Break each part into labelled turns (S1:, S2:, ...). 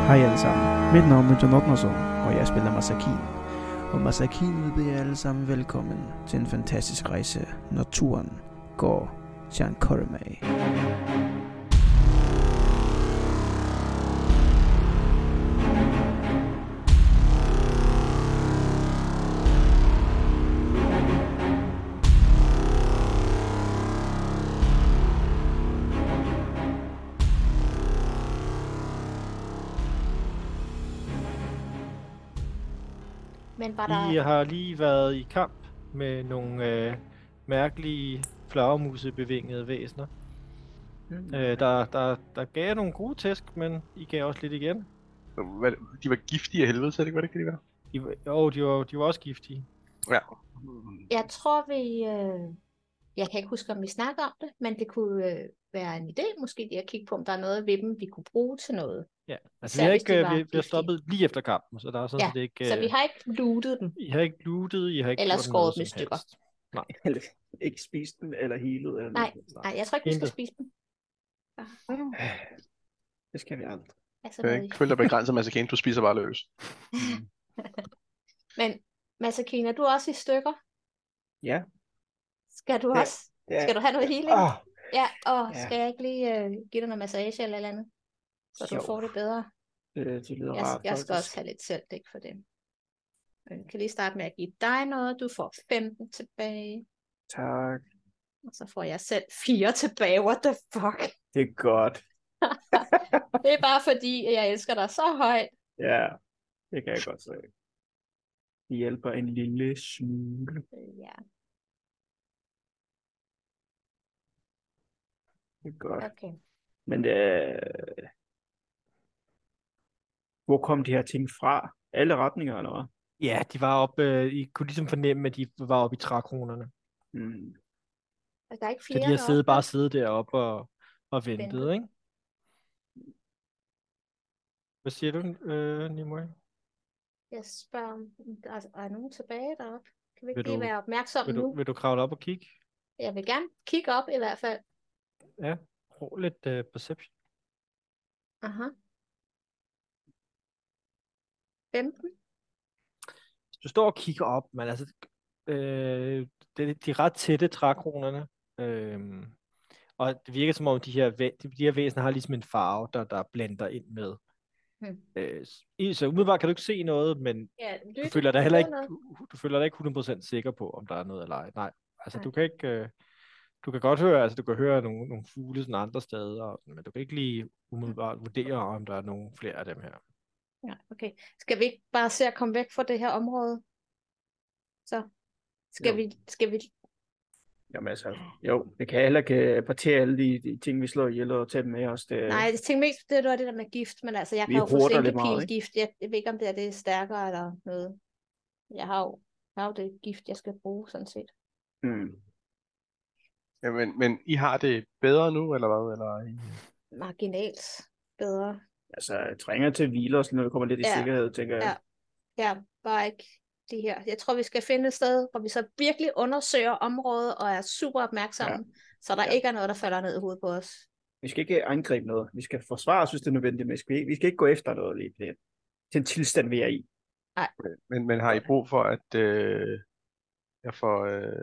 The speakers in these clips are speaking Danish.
S1: Hej alle sammen, mit navn er John Otnersson, og jeg spiller Masakin. Og Masakin vil byde jer alle sammen velkommen til en fantastisk rejse, når turen går til Ankormay.
S2: Men var
S3: Vi
S2: der...
S3: har lige været i kamp med nogle mærkelige flagermusebevingede væsener. Der gav jeg nogle gode tæsk, men I gav også lidt igen.
S4: De var giftige af helvede, så det var det ikke, de var?
S3: De var også giftige.
S4: Ja.
S2: Jeg tror, vi... Jeg kan ikke huske, om vi snakker om det, men det kunne være en idé måske lige at kigge på, om der er noget ved dem, vi kunne bruge til noget.
S3: Ja, altså
S2: Især
S3: vi har
S2: hvis de
S3: ikke
S2: var
S3: vi har
S2: giftige.
S3: stoppet lige efter kampen, så der er sådan
S2: Ja,
S3: set ikke...
S2: så vi har ikke lootet dem.
S3: I har ikke lootet, I har ikke
S2: Eller
S3: gjort
S2: skåret
S3: noget
S2: dem i
S3: som
S2: stykker.
S3: helst. Nej.
S5: Eller ikke spise den, eller healet, eller
S2: Nej, jeg tror ikke, vi skal
S3: Intet.
S2: spise dem.
S5: det skal vi aldrig.
S2: Altså
S4: Jeg
S2: noget...
S4: føler begrænset Masakin, du spiser bare løs.
S2: Men Masakin, er du også i stykker?
S5: Ja.
S2: Skal du
S5: Ja,
S2: også?
S5: ja.
S2: Skal du have noget healing? Ja, og
S5: Ja.
S2: skal jeg ikke lige give dig noget massage eller andet? Så du
S5: Jo.
S2: får det bedre.
S5: Det lyder
S2: Jeg
S5: rart,
S2: skal også
S5: faktisk.
S2: have lidt selvdæk for det. Jeg kan lige starte med at give dig noget. Du får 15 tilbage.
S5: Tak.
S2: Og så får jeg selv 4 tilbage. What the fuck?
S5: Det er godt.
S2: Det er bare fordi, jeg elsker dig så højt.
S5: Ja, det kan jeg godt se. Det hjælper en lille smule.
S2: Ja,
S5: Det er godt.
S2: okay.
S5: Men hvor kom de her ting fra? Alle retninger, eller hvad?
S3: Ja, de var oppe... I kunne ligesom fornemme, at de var oppe i trækronerne.
S5: Mm.
S2: Der er ikke
S3: Så
S2: flere
S3: de har
S2: deroppe.
S3: siddet deroppe og ventet,
S2: Ventet.
S3: ikke? Hvad siger du, Nimue?
S2: Jeg spørger, om der er nogen tilbage deroppe. Kan vi ikke
S3: Vil
S2: lige
S3: du-
S2: være opmærksomme nu?
S3: Vil du kravle op og kigge?
S2: Jeg vil gerne kigge op i hvert fald.
S3: Ja, prøv lidt perception.
S2: Aha. 15.
S3: Du står og kigger op, men altså, de er ret tætte trækronerne. Og det virker som om, de her væsener har ligesom en farve, der blender ind med. Så umiddelbart kan du ikke se noget, men
S2: Ja, lytte.
S3: du føler dig heller ikke,
S2: Noget.
S3: du føler dig ikke 100% sikker på, om der er noget eller ej. Nej, altså
S2: Nej.
S3: du kan ikke... Du kan godt høre, altså du kan høre nogle fugle sådan andre steder, men du kan ikke lige umiddelbart vurdere, om der er nogle flere af dem her.
S2: Ja, okay. Skal vi ikke bare se at komme væk fra det her område? Så skal vi...
S5: Jamen altså, jo, det kan heller ikke partere alle de ting, vi slår ihjel og tage dem med os. Det...
S2: Nej, jeg tænker mest, det var det der med gift, men altså, jeg
S5: Vi
S2: kan jo få
S5: hurter lidt meget,
S2: gift. Jeg ved ikke, om det er stærkere eller noget. Jeg har jo det gift, jeg skal bruge, sådan set.
S5: Mm.
S4: Ja, men I har det bedre nu, eller hvad? Eller...
S2: Marginalt bedre.
S5: Altså, jeg trænger til at hvile os, når vi kommer lidt i
S2: Ja.
S5: sikkerhed, tænker jeg.
S2: Ja, bare ikke de her. Jeg tror, vi skal finde et sted, hvor vi så virkelig undersøger området og er super opmærksomme, så der ikke er noget, der falder ned i hovedet på os.
S5: Vi skal ikke angribe noget. Vi skal forsvare os, hvis det er nødvendigt, men vi skal ikke gå efter noget lige til den tilstand, vi er i.
S4: Men har I brug for, at jeg får...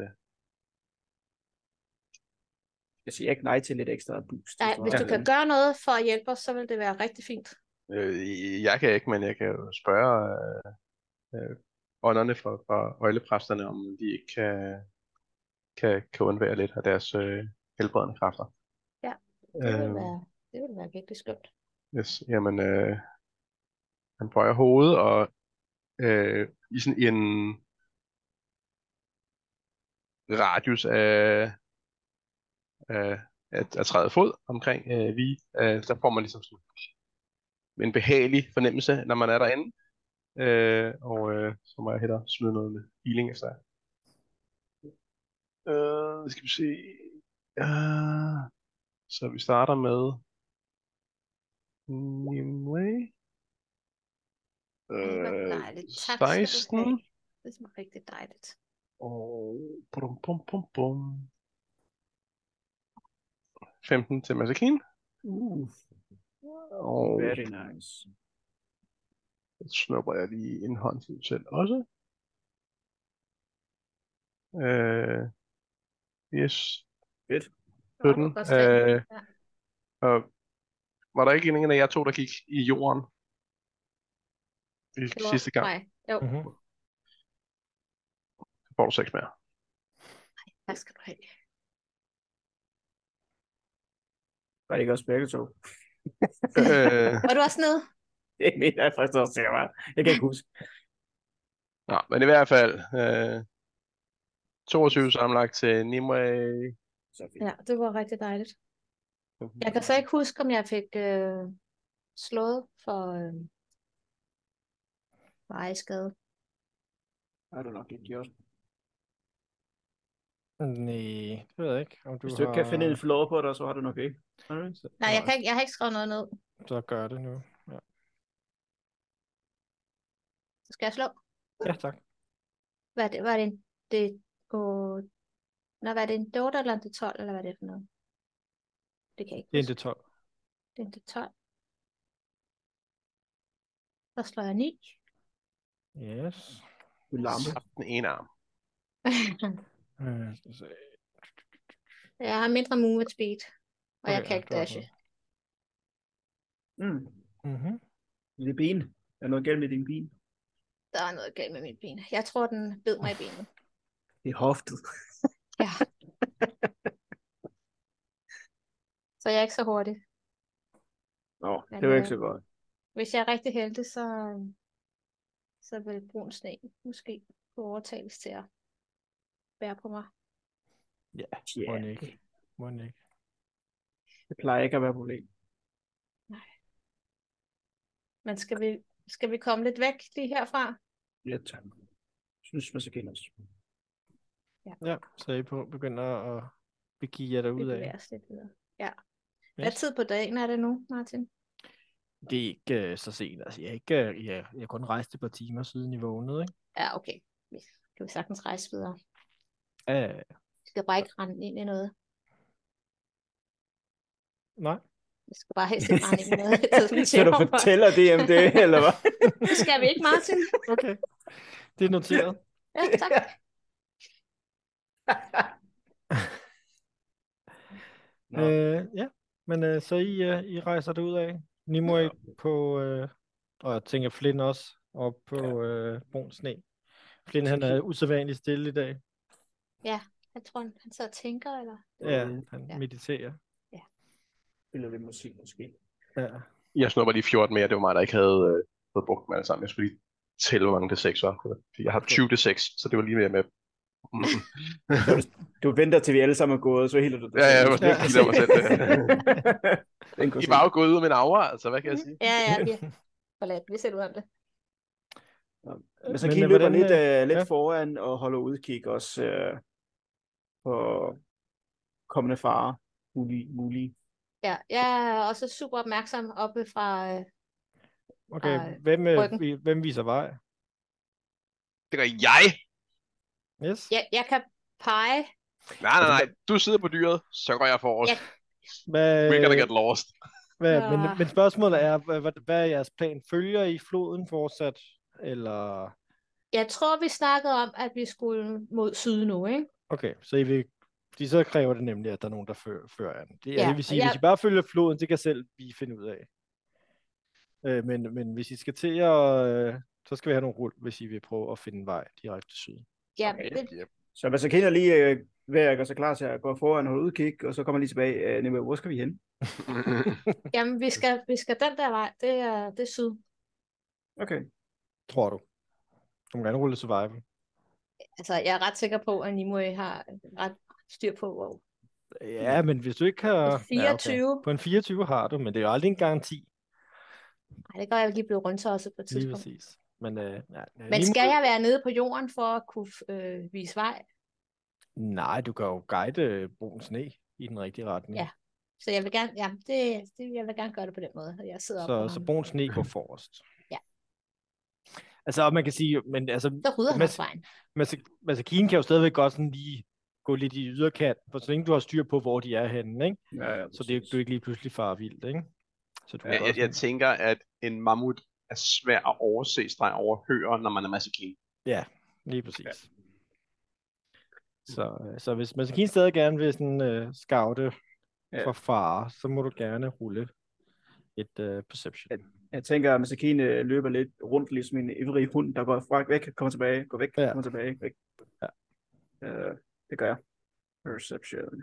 S5: Jeg siger ikke nej til lidt ekstra boost.
S2: Nej, hvis du kan gøre noget for at hjælpe os, så vil det være rigtig fint.
S4: Jeg kan ikke, men jeg kan jo spørge ånderne fra øjlepræsterne, om de ikke kan undvære lidt af deres helbredende kræfter.
S2: Ja, det vil være virkelig skønt.
S4: Yes, jamen, han bøjer hovedet, og i sådan en radius af 30 fod omkring vi, der får man ligesom sådan en behagelig fornemmelse, når man er derinde. Så må jeg hellere smide noget med healing efter. Skal vi se. Så vi starter med Nimue.
S2: Det var dejligt. Tak skal du
S4: 16.
S2: have. Det smager rigtig dejligt.
S4: Og 15 til Masakin. Og
S5: Very nice.
S4: Så snupper jeg lige en håndfuld selv også. Yes.
S5: Fedt.
S4: 17.
S2: Godt slag. Ja.
S4: Og var der ikke en af jer to, der gik i jorden i
S2: Det var
S4: sidste gang?
S2: mig. Jo,
S4: Så får du 6 mere.
S2: tak skal du have.
S5: Var det ikke også begge to?
S2: Var du også nede?
S5: Det mener jeg faktisk også, jeg var. Jeg kan ikke huske.
S4: Nå, men i hvert fald 22 sammenlagt til Nimue.
S5: Så fint.
S2: Ja, det var rigtig dejligt. Jeg kan så ikke huske, om jeg fik slået for vejskade.
S5: Har du nok ikke gjort.
S3: Nej, det ved jeg ikke. Om du
S5: Hvis du ikke kan finde en flår på dig, så har du nok ikke.
S2: Nej, jeg har ikke skrevet noget ned.
S3: Så gør det nu. Ja,
S2: Så skal jeg slå.
S3: ja tak.
S2: Hvad er det? Var det var det en 8 eller en D12, eller hvad er det for noget? Det kan jeg ikke
S3: Det er
S2: huske.
S3: en D12.
S2: Det er en D12. Så slår jeg 9.
S3: Yes.
S5: Du lampe.
S4: Den ene arm.
S3: Skal vi se.
S2: Jeg har mindre movement speed, og jeg
S3: Okay,
S2: kan ikke
S3: du har
S2: dashe.
S3: Mhm.
S5: Det ben. Er der noget galt med din ben?
S2: Der er noget galt med mit ben. Jeg tror, den bed mig i benet.
S5: Det er hoftet.
S2: Ja. Så jeg er ikke så hurtig.
S5: Nå,
S2: Men,
S5: det var ikke så godt.
S2: Hvis jeg er rigtig heldig, så vil brun sne måske kunne overtales til at bære på mig.
S3: Ja,
S5: Ja,
S3: må den ikke. Må den ikke.
S5: det plejer ikke at være et problem.
S2: Men skal vi komme lidt væk lige herfra?
S5: Ja, tak. Synes man så kender os.
S3: Ja, så I begynder at begive jer
S2: Vi
S3: derud
S2: bevæger
S3: af.
S2: os lidt videre. Ja. Hvad
S3: Yes.
S2: tid på dagen er det nu, Martin?
S3: Det er ikke så sent. Altså, jeg har kun rejst et par timer siden I vågnede, ikke?
S2: Ja, okay. Vi kan sagtens rejse videre.
S3: Ja,
S2: Vi skal bare ikke rende ind i noget.
S3: nej.
S2: Vi skal bare helst ikke rende ind i noget.
S5: Så du fortæller det om det, eller hvad?
S2: Det skal vi ikke, Martin.
S3: Okay. Det er noteret.
S2: Ja, tak.
S5: Nå.
S3: Ja, men så I rejser derud af. Nimue på, og jeg tænker Flynn også, op på brun sne. Flynn, han er usædvanligt stille i dag.
S2: Ja, jeg tror, han sidder og tænker, eller?
S3: Ja, han
S2: Ja.
S3: mediterer.
S5: Spiller lidt musik måske.
S3: Ja.
S4: Jeg snupper lige 14 mere. Det var mig, der ikke havde fået brugt dem alle sammen. Jeg skulle lige tælle, hvor mange D6 var. Fordi jeg har 20 D6, så det var lige mere med.
S5: Du venter til vi alle sammen er gået, så hælder du det.
S4: Ja, jeg var slet ikke kigge mig selv.
S5: Den går
S4: I var jo gået ud med en aura, altså hvad kan jeg sige?
S2: Ja, vi er forladt. Vi ser ud om det.
S5: Men så
S3: Men,
S5: kan I løbe
S3: hvordan,
S5: lidt foran og holde udkig også på kommende farer. Mulige.
S2: Ja, jeg er også super opmærksom oppe fra...
S3: Okay,
S2: ryggen.
S3: hvem viser vej?
S4: Det gør jeg!
S3: Yes.
S2: Jeg kan pege.
S4: Nej. Du sidder på dyret, så går jeg forrest.
S2: Ja.
S4: We're gonna get lost.
S3: Men spørgsmålet er, hvad er jeres plan? Følger I floden fortsat? Eller...
S2: Jeg tror, vi snakkede om, at vi skulle mod syd nu, ikke?
S3: Okay, så I vil... Fordi så kræver det nemlig, at der er nogen, der fører an. Det vil sige,
S2: og
S3: hvis I bare følger floden, det kan selv vi finde ud af. Men hvis I skal til at... så skal vi have nogle rull, hvis I vil prøve at finde en vej direkte til syd.
S2: Ja,
S4: Yep.
S5: Så man så kender lige ved at gøre sig klar til at gå foran og holde udkig, og så kommer lige tilbage. Nemlig, hvor skal vi hen?
S2: jamen, vi skal den der vej. Det er syd.
S5: Okay.
S3: Tror du? Du må gerne rulle survival.
S2: Altså, jeg er ret sikker på, at Nimue har ret styr på, hvor...
S3: Ja, men hvis du ikke har...
S2: 24.
S3: Ja, okay. På en 24 har du, men det er jo aldrig en garanti.
S2: Nej, det gør jeg lige blive rundt også på et
S3: Lige
S2: tidspunkt.
S3: præcis. Men
S2: Men skal jeg være nede på jorden for at kunne vise vej?
S3: Nej, du kan jo guide brun sne i den rigtige retning.
S2: Ja. Så jeg vil gerne, jeg vil gerne gøre det på den måde, at jeg sidder op på
S3: Så
S2: ham.
S3: brun sne går forrest.
S2: Ja.
S3: Altså, og man kan sige, men altså...
S2: Så rydder han også vejen.
S3: Masakine kan jo stadigvæk godt sådan lige gå lidt i yderkant, for så længe du har styr på, hvor de er henne, ikke?
S5: Ja,
S3: Så det, du ikke lige pludselig farer vildt, ikke? Så du
S4: Jeg tænker, at en mammut er svær at overse, overhøre, når man er Masakine.
S3: Ja, lige præcis. Så hvis Masakine stadig gerne vil sådan, scoute for fare, så må du gerne rulle et perception.
S5: Jeg tænker, at Masakine løber lidt rundt, ligesom en ivrig hund, der går fra væk, kommer tilbage, går væk, kommer tilbage, væk.
S3: Ja.
S5: Det gør jeg. Perception.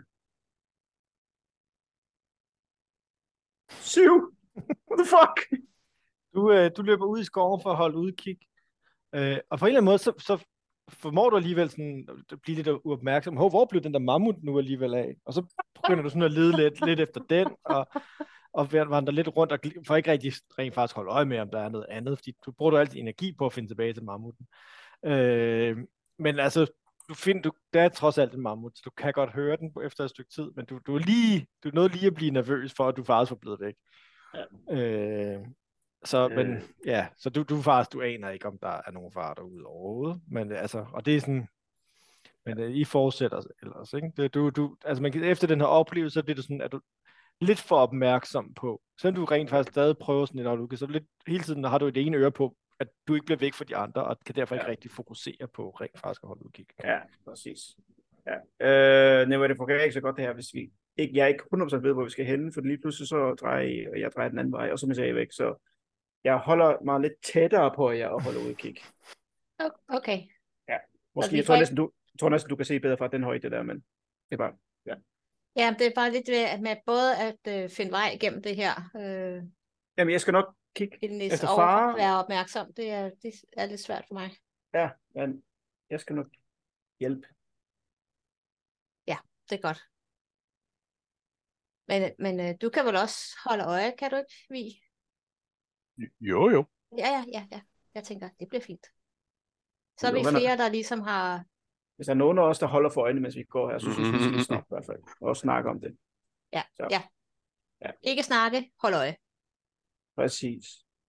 S5: 7! What the fuck?
S3: Du løber ud i skoven for at holde udkig, og på en eller anden måde, så formår du alligevel sådan at blive lidt uopmærksom. Hvor blev den der mammut nu alligevel af? Og så begynder du sådan at lede lidt efter den, og vandre lidt rundt, og for ikke rent faktisk holde øje med, om der er noget andet, fordi du bruger altid energi på at finde tilbage til mammuten. Men altså, der er trods alt en mammut, så du kan godt høre den efter et stykke tid, men du er nødt lige at blive nervøs for, at du faktisk er blevet væk. Ja. Så du aner ikke, om der er nogen far derude overhovedet, men altså, og det er sådan, men I fortsætter ellers, ikke? Efter den her oplevelse, så bliver det sådan, at du lidt for opmærksom på, selvom du rent faktisk stadig prøver sådan lidt, så lidt hele tiden har du et ene øre på, at du ikke bliver væk fra de andre, og kan derfor ikke rigtig fokusere på rent faktisk at holde udkig.
S5: Ja, præcis. Ja. Det fungerer ikke så godt det her, hvis vi ikke, jeg er ikke 100% ved, hvor vi skal hen, for lige pludselig så drejer jeg den anden vej, og så er jeg væk, så jeg holder mig lidt tættere på jer og holder udkig.
S2: Okay.
S5: Ja, måske, jeg tror næsten, du kan se bedre fra den højde der, men det er bare, ja.
S2: Ja, det er bare lidt med både at finde vej igennem det her.
S5: Jamen, jeg skal nok kigge efter far.
S2: Og være opmærksom. Det er lidt svært for mig.
S5: Ja, men jeg skal nok hjælpe.
S2: Ja, det er godt. Men du kan vel også holde øje, kan du ikke, Vi?
S4: Jo.
S2: Ja. Jeg tænker, det bliver fint. Så er vi flere, der ligesom har...
S5: Hvis der er nogen af os, der holder for øjnene, mens vi går her, så synes vi skal stoppe i hvert fald. Og snakke om det.
S2: Ja. Ikke snakke, hold øje.
S5: Præcis.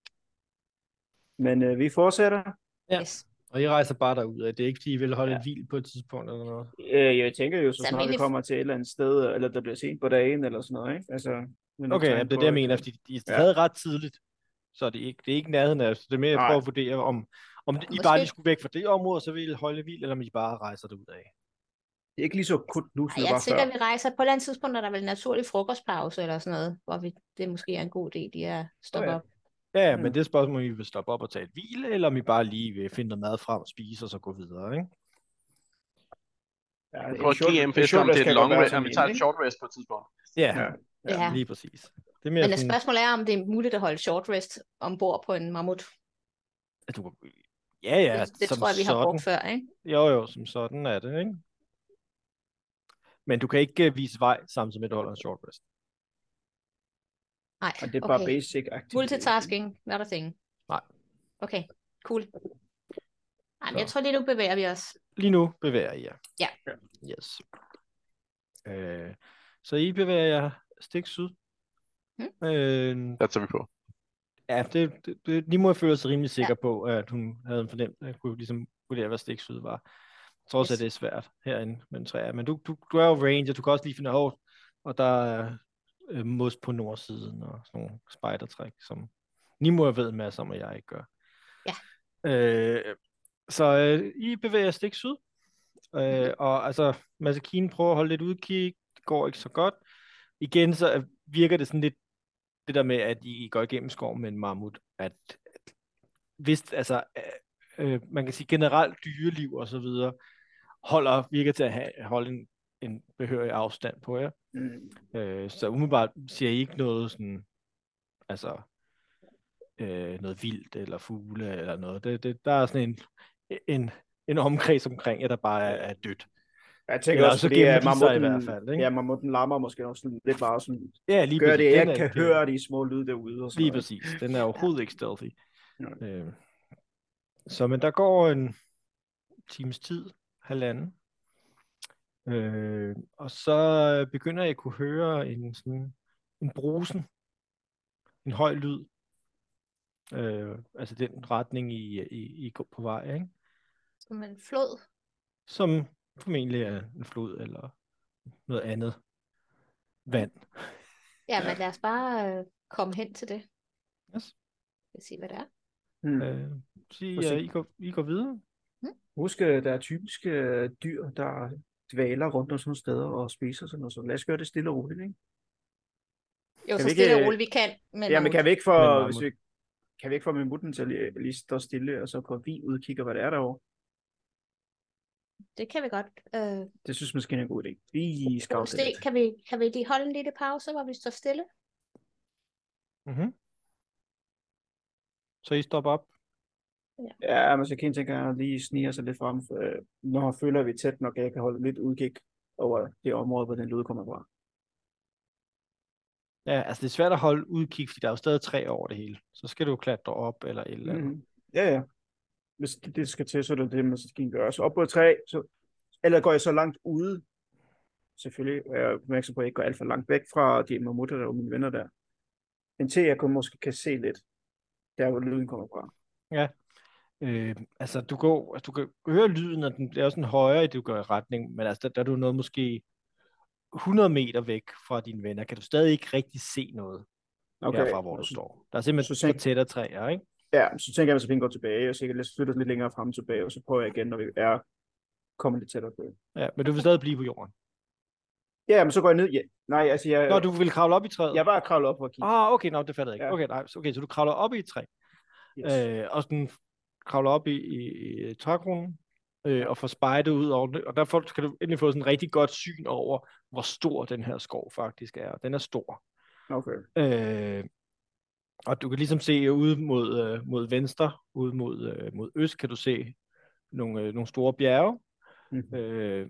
S5: Men vi fortsætter.
S3: Ja. Yes. Og I rejser bare derud af. Det er ikke, fordi I vil holde et hvil på et tidspunkt eller noget?
S5: Jeg tænker jo, så snart vi kommer til et eller andet sted, eller der bliver sent på dagen, eller sådan noget, ikke? Altså,
S3: okay, det er det, jeg mener, fordi de er stadig ret tidligt. Så det er ikke nærheden af, så det er mere at prøve at vurdere, om I bare lige skulle væk fra det område, så vil I holde hvil, eller om I bare rejser derud af.
S5: Det er ikke lige så kun nu, som det var før.
S2: Jeg tænker, at vi rejser på et eller andet tidspunkt, er der vel en naturlig frokostpause eller sådan noget, hvor det måske er en god idé, de er stoppet op.
S3: Ja, men det er spørgsmål, om I vil stoppe op og tage et hvil, eller om I bare lige vil finde noget mad frem, spise og så gå videre, ikke?
S4: Ja, vi prøver at give MFS, om det er et long rest, om vi tager et short rest på et tidspunkt.
S3: Ja, lige præcis. Det er mere
S2: men
S3: sådan...
S2: spørgsmålet er, om det er muligt at holde short rest ombord på en mammut.
S3: Ja,
S2: det tror jeg, vi har brugt før, ikke?
S3: Jo, som sådan er det, ikke? Men du kan ikke vise vej, samtidig med at du holder en short rest.
S2: Nej,
S5: det er bare basic activity.
S2: Multitasking, not a thing.
S3: Nej.
S2: Okay, cool. Ej, men jeg tror lige nu bevæger vi os.
S3: Lige nu bevæger I jer.
S2: Ja.
S3: Yes. Så I bevæger jer stik syd.
S4: Der tager vi på.
S3: Ja, lige må jeg føle sig rimelig sikker på, at hun havde en fornemmelse, at kunne ligesom vurdere, hvad stik syd var. Trods at det er svært herinde mellem træer. Men du er jo ranger, du kan også lige finde og der er mos på nordsiden og sådan nogle spejdertræk, som Nimo ved en masse om, og jeg ikke gør.
S2: Ja.
S3: Så I bevæger stik syd, og altså Masakine prøver at holde lidt udkig, det går ikke så godt. Igen så virker det sådan lidt, det der med, at I går igennem skoven med en mammut, at hvis, altså, man kan sige generelt dyreliv og så videre, virker til at holde en behørig afstand på jer. Så umiddelbart siger I ikke noget sådan, altså, noget vildt eller fugle eller noget. Der er sådan en omkreds omkring jer, der bare er dødt.
S5: Jeg tænker også, fordi
S3: mammuten, i hvert fald, ikke?
S5: Ja, mammuten larmer måske også sådan, lidt bare sådan,
S3: lige
S5: gør det, jeg kan høre de små lyde derude. Og sådan
S3: lige
S5: noget.
S3: Præcis, den er overhovedet ikke stealthy. Ja. Så men der går en times tid, halvanden, og så begynder jeg at kunne høre en brusen, en høj lyd, altså den retning I går på vej, ikke?
S2: Som en flod? Som
S3: formentlig er en flod eller noget andet vand.
S2: Ja, men lad os bare komme hen til det.
S3: Yes.
S2: Jeg se, hvad det er.
S3: I går videre.
S5: Husk, der er typiske dyr, der dvaler rundt om sådan nogle steder og spiser sådan noget, så lad os gøre det stille og roligt, ikke?
S2: Jo,
S5: Kan
S2: så
S5: vi
S2: stille og
S5: ikke-
S2: roligt vi kan. Men
S5: Ja, men kan vi ikke
S3: Men
S5: få,
S3: mammut.
S5: kan vi ikke få mammutten til at lige stå stille, og så på vi udkigger, hvad der er derovre?
S2: det kan vi godt.
S5: Det synes måske er en god idé. Vi skavler
S2: Sten,
S5: lidt.
S2: kan vi lige holde en lille pause, hvor vi står stille?
S3: Mm-hmm. Så I stopper op.
S5: Ja, men så kan tænker jeg lige sniger sig lidt frem, når jeg føler, at vi er tæt nok, at jeg kan holde lidt udkig over det område, hvor den lyd kommer fra.
S3: Ja, altså det er svært at holde udkig, fordi der er jo stadig træ over det hele. Så skal du klatre op eller et eller andet.
S5: Mm-hmm. Ja. Hvis det skal til, så er det det, man skal gøre. Så op på et træ, eller går jeg så langt ude, selvfølgelig er jeg opmærksom på, at jeg ikke går alt for langt væk fra de mammutter der og mine venner der, indtil jeg måske kan se lidt, der hvor lyden kommer fra.
S3: Ja. Altså du kan høre lyden, og den er sådan højere, i det du går i retning, men altså der er du noget måske 100 meter væk fra dine venner, kan du stadig ikke rigtig se noget herfra, hvor du står. Der er simpelthen så tættere træer, ikke?
S5: Ja, så tænker jeg, at så går tilbage, og så kan jeg flytte lidt længere frem og tilbage, og så prøver jeg igen, når vi er kommet lidt tættere på.
S3: Ja, men du vil stadig blive på jorden.
S5: Ja, men så går jeg ned. Ja. Nej, altså
S3: Nå, du vil kravle op i træet?
S5: Jeg bare kravle op og kigge.
S3: Okay, det fatter jeg ikke.
S5: Ja.
S3: Okay, så du kravler op i et træ.
S5: Yes.
S3: Og sådan kravler op i trækronen, og får spejdet ud over det, og derfor kan du endelig få sådan en rigtig godt syn over, hvor stor den her skov faktisk er. Den er stor.
S5: Okay.
S3: Og du kan ligesom se ude mod venstre, ude mod øst, kan du se nogle store bjerge.
S5: Mm-hmm.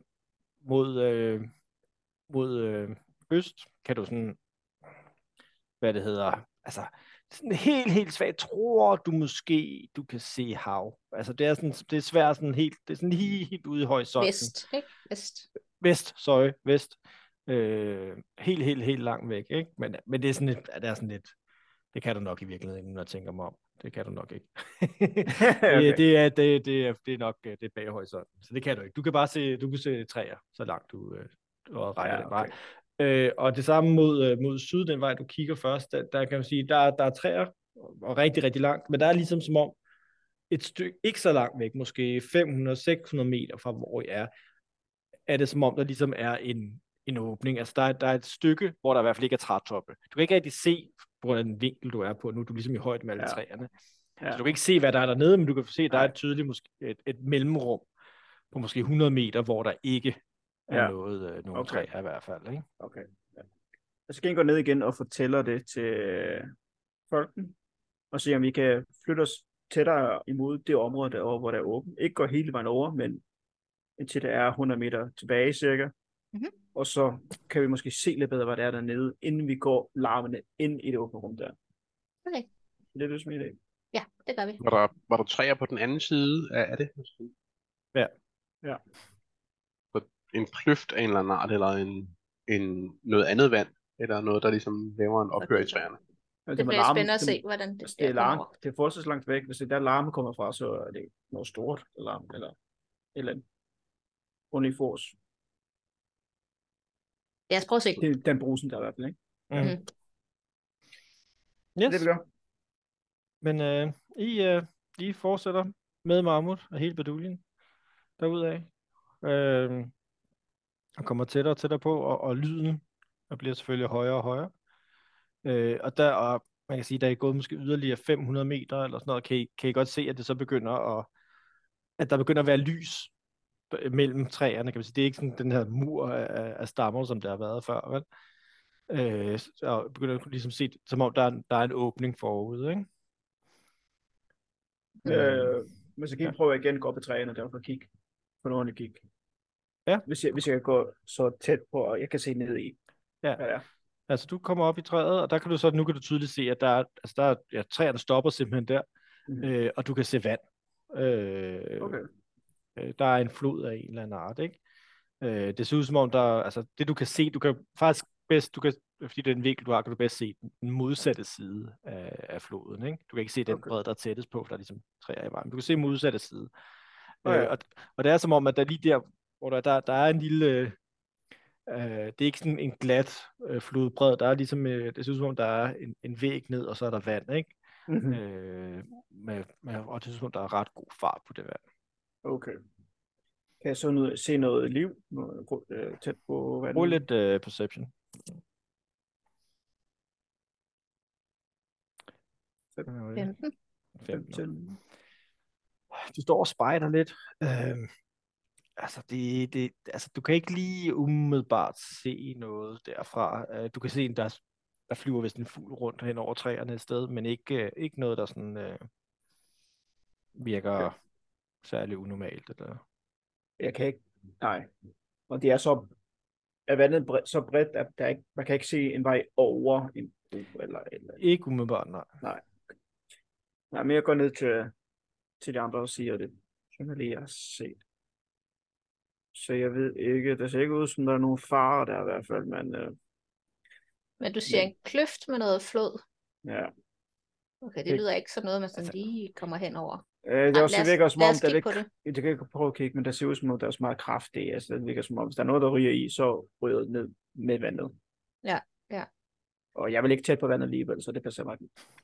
S3: Mod øst kan du sådan, hvad det hedder, altså sådan helt svagt, tror du måske, du kan se hav. Altså det er svært sådan helt, det er sådan helt ude i horisonten.
S2: Vest, ikke?
S3: Vest. Helt langt væk, ikke? Men det er sådan lidt, det kan du nok i virkeligheden, når jeg tænker mig om. Det kan du nok ikke.
S5: Okay.
S3: det er nok det er bag horisonten, så det kan du ikke. Du kan se træer, så langt du rækker den vej. Og det samme mod syd, den vej du kigger først, der kan man sige, der er træer, og rigtig, rigtig langt, men der er ligesom som om et stykke, ikke så langt væk, måske 500-600 meter fra hvor I er det som om, der ligesom er en åbning. Altså der er et stykke, hvor der i hvert fald ikke er trætoppe. Du kan ikke rigtig se, på grund af den vinkel, du er på. Nu er du ligesom i højde med alle træerne.
S5: Ja.
S3: Så du kan ikke se, hvad der er dernede, men du kan se, at der er et tydeligt et mellemrum på måske 100 meter, hvor der ikke er nogen træer i hvert fald. Ikke?
S5: Okay. Ja. Så skal jeg gå ned igen og fortælle det til folken, og se om vi kan flytte os tættere imod det område derovre, hvor der er åbent. Ikke gå hele vejen over, men indtil der er 100 meter tilbage cirka.
S2: Mm-hmm.
S5: Og så kan vi måske se lidt bedre, hvad der er dernede, inden vi går larmende ind i det åbne rum der.
S2: Okay.
S5: Det er det, som er det.
S2: Ja, det gør vi.
S4: Var der træer på den anden side af det?
S5: Ja.
S4: En kløft af en eller anden art, eller noget andet vand, eller noget, der ligesom laver en ophør i træerne.
S2: Det bliver spændende at se, hvordan det
S5: er larm. Det er forholdsvis langt væk. Hvis det der larme kommer fra, så er det noget stort larm, eller et eller andet. Only force.
S2: Lad os prøve at se.
S5: Det er den brusen der i hvert fald, ikke?
S2: Mm-hmm.
S3: Yes.
S5: Det vi gør.
S3: Men I fortsætter med mammut og hele baduljen derudad. Og kommer tættere og tættere på, og lyden bliver selvfølgelig højere og højere. Og man kan sige, der er gået måske yderligere 500 meter eller sådan noget, kan I godt se, at det så begynder at der begynder at være lys mellem træerne, kan man sige. Det er ikke sådan den her mur af stammer, som der har været før, vel? Så begynder at ligesom se, som om der er en åbning forude, ikke?
S5: Men så kan I prøve igen at gå op i træerne og derfor kigge. Få nogle kig.
S3: Ja.
S5: Hvis jeg kan gå så tæt på, og jeg kan se ned i.
S3: Ja.
S5: Hvad det er.
S3: Altså du kommer op i træet, og der kan du så, nu kan du tydeligt se, at træerne stopper simpelthen der, og du kan se vand.
S5: Okay.
S3: Der er en flod af en eller anden art, ikke? Det ser ud som om, det du kan se, du kan faktisk bedst, fordi det er en vinkel, du har, kan du bedst se den modsatte side af floden, ikke? Du kan ikke se den bred, der er tættest på, for der er ligesom træer i vejen. Du kan se modsatte side. Og det er som om, at der lige der, hvor der er en lille, det er ikke sådan en glat flodbred, der er ligesom, det ser ud som om, der er en væg ned, og så er der vand, ikke? Og det synes der er ret god fart på det vand.
S5: Okay. Kan jeg så se noget liv tæt på vandet?
S3: Brug lidt perception.
S2: 15.
S3: 15. Du står og spejder lidt. Altså, du kan ikke lige umiddelbart se noget derfra. Du kan se, der flyver vist en fugl rundt hen over træerne et sted, men ikke noget, der sådan virker særlig unormalt. Eller...
S5: Jeg kan ikke. Nej. Og det er så... Er vandet så bredt, at man kan ikke se en vej over en bro eller...
S3: Ikke umiddelbart, nej.
S5: Nej, men jeg går ned til de andre og siger det. Som jeg lige har set. Så jeg ved ikke, det ser ikke ud som der er nogen farer der i hvert fald,
S2: Men du siger en kløft med noget flod.
S5: Ja.
S2: Okay, det lyder ikke som noget, man sådan lige kommer hen over.
S5: Det også virker som om,
S2: det
S5: kan ikke prøve at kigge, men der ser ud som om, der er så meget kraft i. Altså, det virker som om, hvis der er noget, der ryger i, så ryger det ned med vandet.
S2: Ja.
S5: Og jeg vil ikke tæt på vandet alligevel, så det passer mig.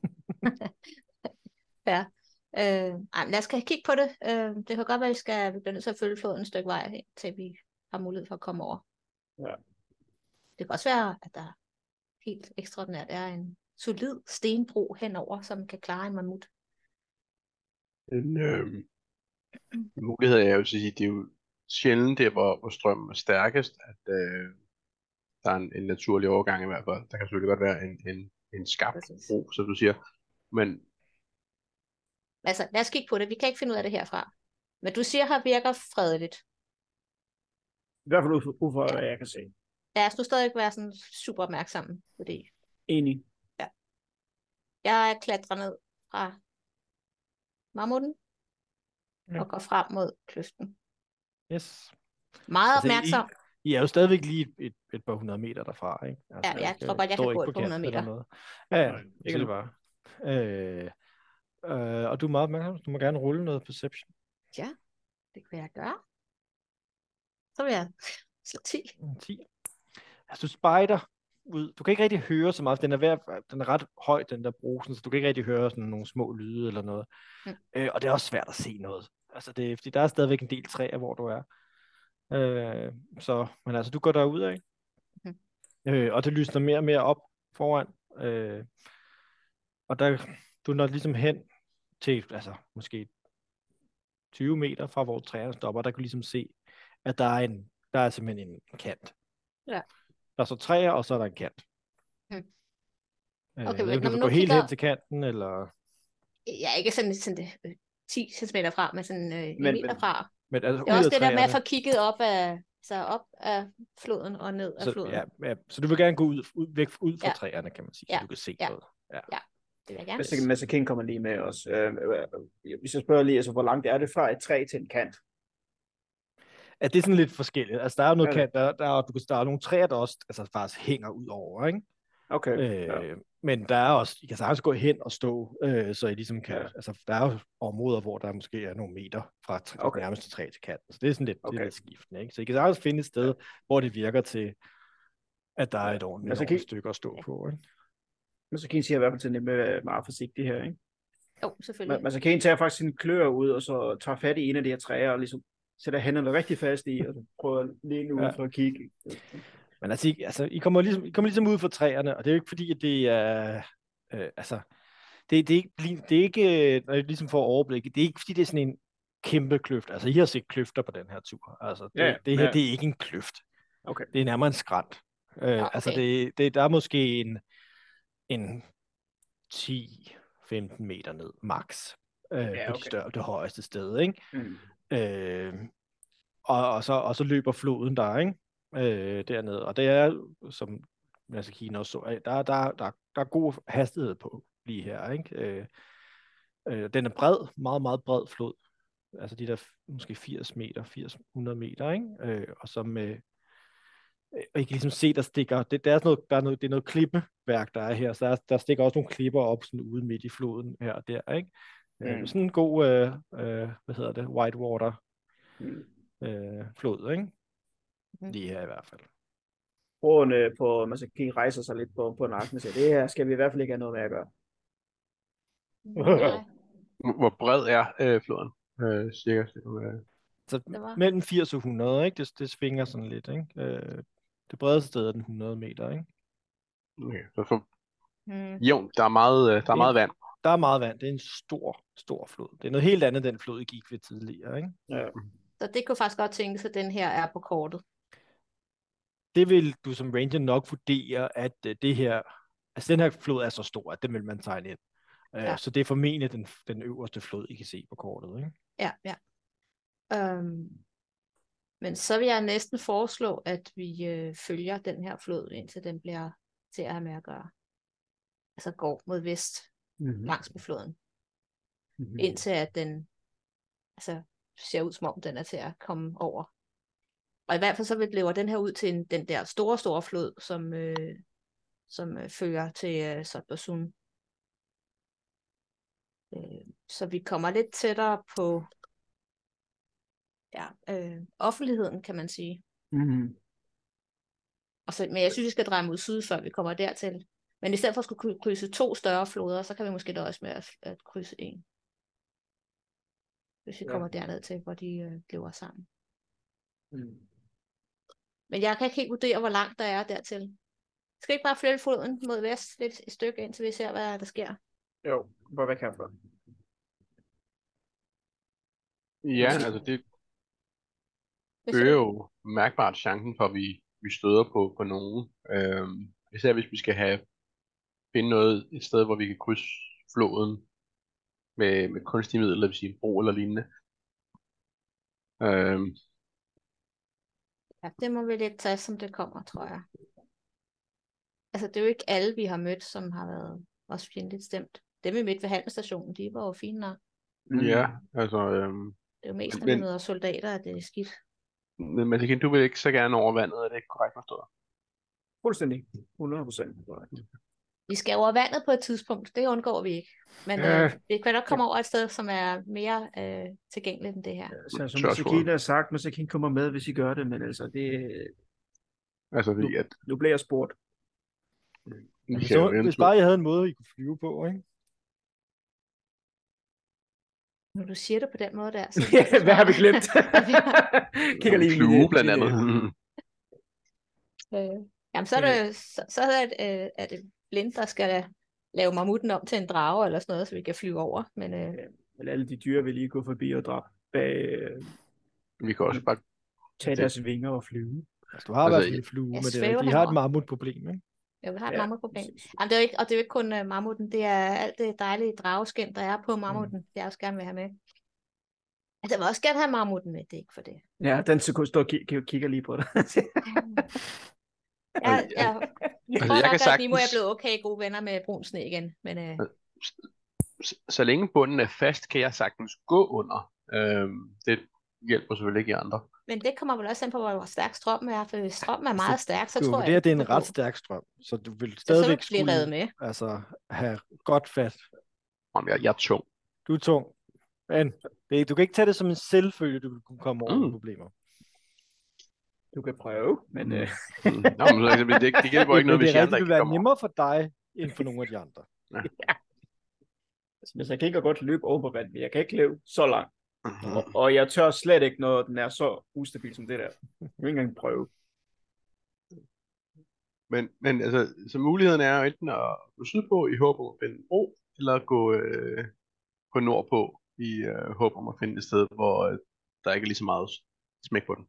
S2: Ja. Lad os kigge på det. Det kan godt være, at vi bliver nødt til at følge floden et stykke vej, til vi har mulighed for at komme over.
S5: Ja.
S2: Det kan også være, at der helt ekstraordinært er en solid stenbro henover, som kan klare en mammut.
S4: En mulighed er jo at sige, det er jo sjældent der, hvor strømmen er stærkest, at der er en naturlig overgang i hvert fald. Der kan selvfølgelig godt være en skabt bro, som du siger. Men
S2: altså, lad os kigge på det. Vi kan ikke finde ud af det herfra. Men du siger, her virker fredeligt.
S5: I hvert fald ud fra, hvad jeg kan se.
S2: Lad os nu stadig være sådan super opmærksomme på det.
S5: Enig.
S2: Ja. Jeg klatrer ned fra mammuten og går frem mod kløften.
S3: Yes.
S2: Meget opmærksom.
S3: I er jo stadigvæk lige et par 100 meter derfra, ikke? Altså,
S2: ja, jeg tror godt, jeg kan gå et par 100 meter.
S3: Ja, ikke det bare. Og du er meget opmærksom. Du må gerne rulle noget perception.
S2: Ja, det kan jeg gøre. Så vil jeg slå 10.
S3: 10. Altså, du spejder ud. Du kan ikke rigtig høre så meget. Den er ret høj, den der brusen, så du kan ikke rigtig høre sådan nogle små lyde eller noget. Og det er også svært at se noget. Altså, fordi der er stadigvæk en del træer, hvor du er. Men altså, du går derud af. Og det lysner mere og mere op foran. Og du når ligesom hen til, altså måske 20 meter fra, hvor træerne stopper, der kan du ligesom se, at der er simpelthen en kant.
S2: Ja.
S3: Der er så træer, og så er der en kant.
S2: Okay,
S3: kan du gå helt hen til kanten, eller?
S2: Ja, ikke sådan det 10 cm fra, men sådan en meter fra.
S3: Men altså,
S2: det er også det der med at få kigget op af floden og ned af floden.
S3: Ja, så du vil gerne gå væk ud fra træerne, kan man sige, så du kan se noget.
S2: Ja, det vil jeg gerne.
S5: Mads King kommer lige med os. Hvis jeg spørger lige, altså, hvor langt er det fra et træ til en kant?
S3: Ja, det er sådan lidt forskelligt. Altså, der er jo noget kant, der er nogle træer, der også faktisk hænger ud over, ikke?
S5: Okay.
S3: Men der er også, I kan sagtens gå hen og stå, så I ligesom kan, altså der er jo områder, hvor der måske er nogle meter fra nærmeste træ til kanten, så det er sådan lidt, det er lidt skiftende, ikke? Så I kan sagtens finde et sted, hvor det virker til, at der er et ordentligt stykke at stå på, ikke?
S5: Men så kan I sige i hvert fald til at være meget forsigtig her, ikke?
S2: Jo, selvfølgelig.
S5: Men så kan I tage faktisk sine kløer ud, og så tager fat i en af de her træer, og ligesom sætter hænderne rigtig fast i, og så prøver lige ud for at kigge.
S3: Men altså, I kommer ligesom ud fra træerne, og det er jo ikke fordi, at det er, det er ikke, ligesom for overblik, det er ikke fordi, det er sådan en kæmpe kløft. Altså, I har set kløfter på den her tur. Altså, det her, det er ikke en kløft.
S5: Okay.
S3: Det er nærmere en skrænt.
S2: Okay.
S3: Altså, der er måske en 10-15 meter ned, max, på det højeste sted, ikke? Og så løber floden der, ikke? Dernede, og det er, som Mads King også så, der er god hastighed på lige her, ikke? Den er bred, meget, meget bred flod, altså de der måske 80 meter, 80-100 meter, ikke? Og så med, og I kan ligesom se, der stikker, det er noget klippeværk, der er her, så der stikker også nogle klipper op sådan ude midt i floden her og der, ikke? Sådan en god, whitewater flod, ikke? Lige her i hvert fald.
S5: Broerne på Mads King rejser sig lidt på nakken og siger, det her skal vi i hvert fald ikke have noget med at gøre.
S2: Nej,
S4: Hvor bred er floden? Cirka.
S3: Så
S2: det var.
S3: mellem 80 og 100, ikke? Det svinger sådan lidt, ikke? Det bredeste sted er den 100 meter, ikke?
S4: Okay. Så for
S2: Mm.
S4: jævnt, der er meget vand.
S3: Der er meget vand. Det er en stor flod. Det er noget helt andet, den flod, I gik ved tidligere, ikke?
S5: Ja.
S2: Så det kunne faktisk godt tænkes, at den her er på kortet.
S3: Det vil du som ranger nok vurdere, at det her, altså den her flod er så stor, at den vil man tegne ind.
S2: Ja.
S3: Så det er formentlig den øverste flod, I kan se på kortet, ikke?
S2: Ja. Men så vil jeg næsten foreslå, at vi følger den her flod, indtil den bliver til at have med at gøre. Altså går mod vest langs med floden. Indtil at den altså, ser ud som om den er til at komme over. Og i hvert fald så løber den her ud til den der store flod, som fører til Sotbasun. Så vi kommer lidt tættere på offentligheden, kan man sige. Men jeg synes, vi skal dreje mod syd, før vi kommer dertil. Men i stedet for at skulle krydse 2 større floder, så kan vi måske nøjes med at krydse 1. Hvis vi kommer derned til, hvor de løber sammen. Men jeg kan ikke helt vurdere, hvor langt der er dertil. Skal ikke bare flytte floden mod vest lidt et stykke, indtil vi ser, hvad der sker?
S5: Jo, bare væk herfra.
S4: Ja, altså det øger jo mærkbart chancen for, at vi støder på nogen. Især hvis vi skal finde et sted, hvor vi kan krydse floden med kunstige midler, det vil sige bro eller lignende.
S2: Ja, det må vi lidt tage, som det kommer, tror jeg. Altså, det er jo ikke alle, vi har mødt, som har været også fjendtligt stemt. Dem vi mødte ved handelsstationen, de var jo fine nok.
S4: Ja, altså...
S2: Det er jo mest, når vi møder soldater, at det er skidt.
S4: Men du vil ikke så gerne over vandet, er det ikke korrekt forstået?
S5: Fuldstændig. 100%.
S2: Vi skal over vandet på et tidspunkt, det undgår vi ikke. Men det kan nok komme over et sted, som er mere tilgængeligt end det her.
S5: Så som Masakin har sagt, Masakin kommer med, hvis I gør det, men altså det...
S4: Altså fordi at...
S5: Nu bliver jeg spurgt.
S3: Hvis bare jeg havde en måde, I kunne flyve på, ikke?
S2: Når du siger det på den måde der, så...
S5: Hvad har vi glemt? Kigger lige
S4: flyve blandt andet.
S2: Jamen, så er det Blind, der skal lave mammuten om til en drage eller sådan noget, så vi kan flyve over. Men
S5: alle de dyr vil lige gå forbi og dræbe bag...
S4: Vi kan også bare...
S5: tage deres vinger og flyve.
S3: Altså, du har i hvert fald en flue med det. De har et mammutproblem, ikke?
S2: Ja, vi har et mammutproblem. Jamen, det er jo ikke kun mammuten, det er alt det dejlige drageskin, der er på mammuten. Jeg også gerne vil have med. Altså, jeg vil også gerne have mammuten med, det er ikke for det.
S5: Ja, den så står og kigger lige på dig.
S2: Jeg tror nok, at Nimo er blevet okay gode venner med brun sne igen. Men,
S4: så længe bunden er fast, kan jeg sagtens gå under. Det hjælper selvfølgelig ikke i andre.
S2: Men det kommer vel også an på, hvor stærk strøm er. For hvis strømmen er meget stærk, så tror jeg...
S3: Det er en ret stærk strøm, så du vil stadigvæk
S2: skulle med.
S3: Altså, have godt fat.
S4: Jeg er tung.
S3: Du er tung. Men du kan ikke tage det som en selvfølge, du vil kunne komme over problemer.
S5: Du kan prøve, men...
S4: Nå, men det hjælper ikke noget, hvis jeg andre ikke kommer.
S3: Det vil være nemmere for dig, end for nogle af de andre.
S5: Ja. Altså, jeg kan ikke godt løbe over vand, men jeg kan ikke løbe så langt. Og jeg tør slet ikke, når den er så ustabil som det der. Jeg vil ikke engang prøve.
S4: Men altså, så muligheden er jo enten at gå sydpå i håb om at finde en bro, eller gå nordpå i håb om at finde et sted, hvor der ikke er lige så meget smæk på den.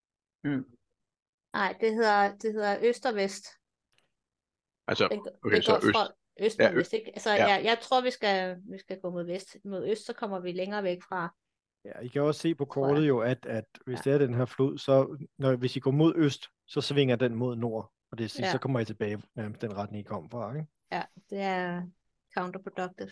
S2: Nej, det hedder øst og vest.
S4: Altså, okay, så øst.
S2: Øst og vest, ikke? Altså, jeg tror, vi skal gå mod vest. Mod øst, så kommer vi længere væk fra.
S3: Ja, I kan også se på kortet jo, at hvis det er den her flod, så hvis I går mod øst, så svinger den mod nord. Og det så kommer I tilbage den retning, I kom fra, ikke?
S2: Ja, det er counterproductive.